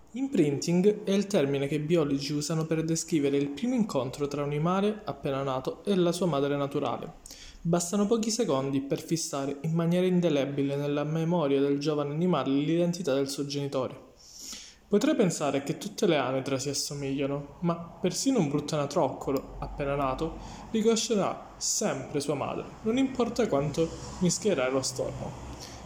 Imprinting è il termine che i biologi usano per descrivere il primo incontro tra un animale appena nato e la sua madre naturale. Bastano pochi secondi per fissare in maniera indelebile nella memoria del giovane animale l'identità del suo genitore. Potrei pensare che tutte le anatre si assomigliano, ma persino un brutto anatroccolo, appena nato, riconoscerà sempre sua madre, non importa quanto mischierai lo stormo.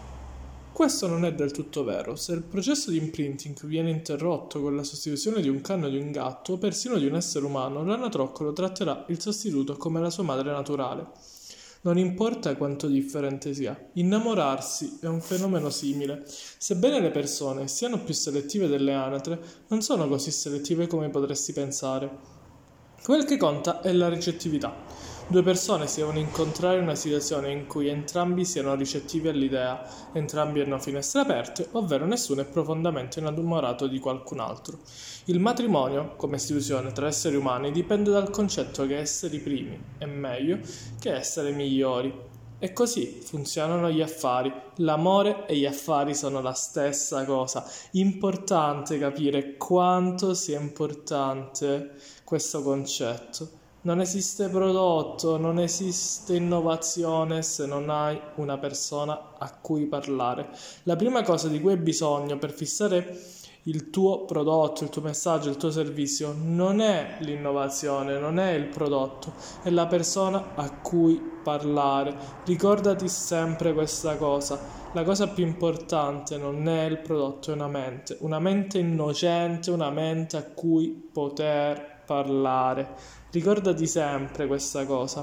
Questo non è del tutto vero. Se il processo di imprinting viene interrotto con la sostituzione di un cane o di un gatto, o persino di un essere umano, l'anatroccolo tratterà il sostituto come la sua madre naturale. Non importa quanto differente sia, innamorarsi è un fenomeno simile. Sebbene le persone siano più selettive delle anatre, non sono così selettive come potresti pensare. Quel che conta è la ricettività. Due persone si devono incontrare in una situazione in cui entrambi siano ricettivi all'idea, entrambi hanno finestre aperte, ovvero nessuno è profondamente innamorato di qualcun altro. Il matrimonio, come istituzione tra esseri umani, dipende dal concetto che essere i primi è meglio che essere migliori. E così funzionano gli affari. L'amore e gli affari sono la stessa cosa. Importante capire quanto sia importante questo concetto. Non esiste prodotto, non esiste innovazione se non hai una persona a cui parlare. La prima cosa di cui hai bisogno per fissare il tuo prodotto, il tuo messaggio, il tuo servizio non è l'innovazione, non è il prodotto, è la persona a cui parlare. Ricordati sempre questa cosa. La cosa più importante non è il prodotto, è una mente innocente, una mente a cui poter parlare. Ricordati sempre questa cosa.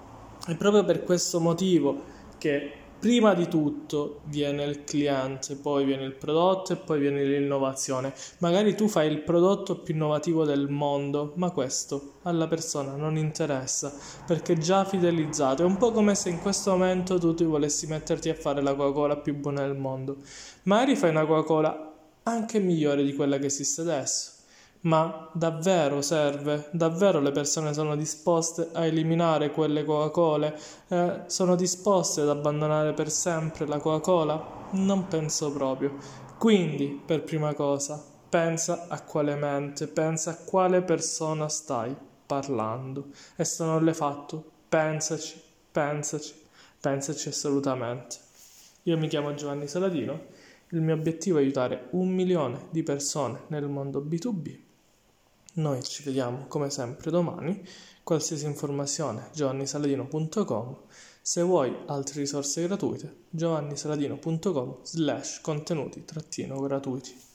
È proprio per questo motivo che prima di tutto viene il cliente, poi viene il prodotto e poi viene l'innovazione. Magari tu fai il prodotto più innovativo del mondo, ma questo alla persona non interessa perché è già fidelizzato. È un po' come se in questo momento tu ti volessi metterti a fare la Coca-Cola più buona del mondo. Magari fai una Coca-Cola anche migliore di quella che esiste adesso. Ma davvero serve? Davvero le persone sono disposte a eliminare quelle Coca-Cola? Sono disposte ad abbandonare per sempre la Coca-Cola? Non penso proprio. Quindi, per prima cosa, pensa a quale mente, pensa a quale persona stai parlando. E se non l'hai fatto, pensaci, pensaci, pensaci assolutamente. Io mi chiamo Giovanni Saladino, il mio obiettivo è aiutare 1 milione di persone nel mondo B2B. Noi ci vediamo come sempre domani. Qualsiasi informazione giovannisaladino.com. Se vuoi altre risorse gratuite giovannisaladino.com/contenuti-gratuiti.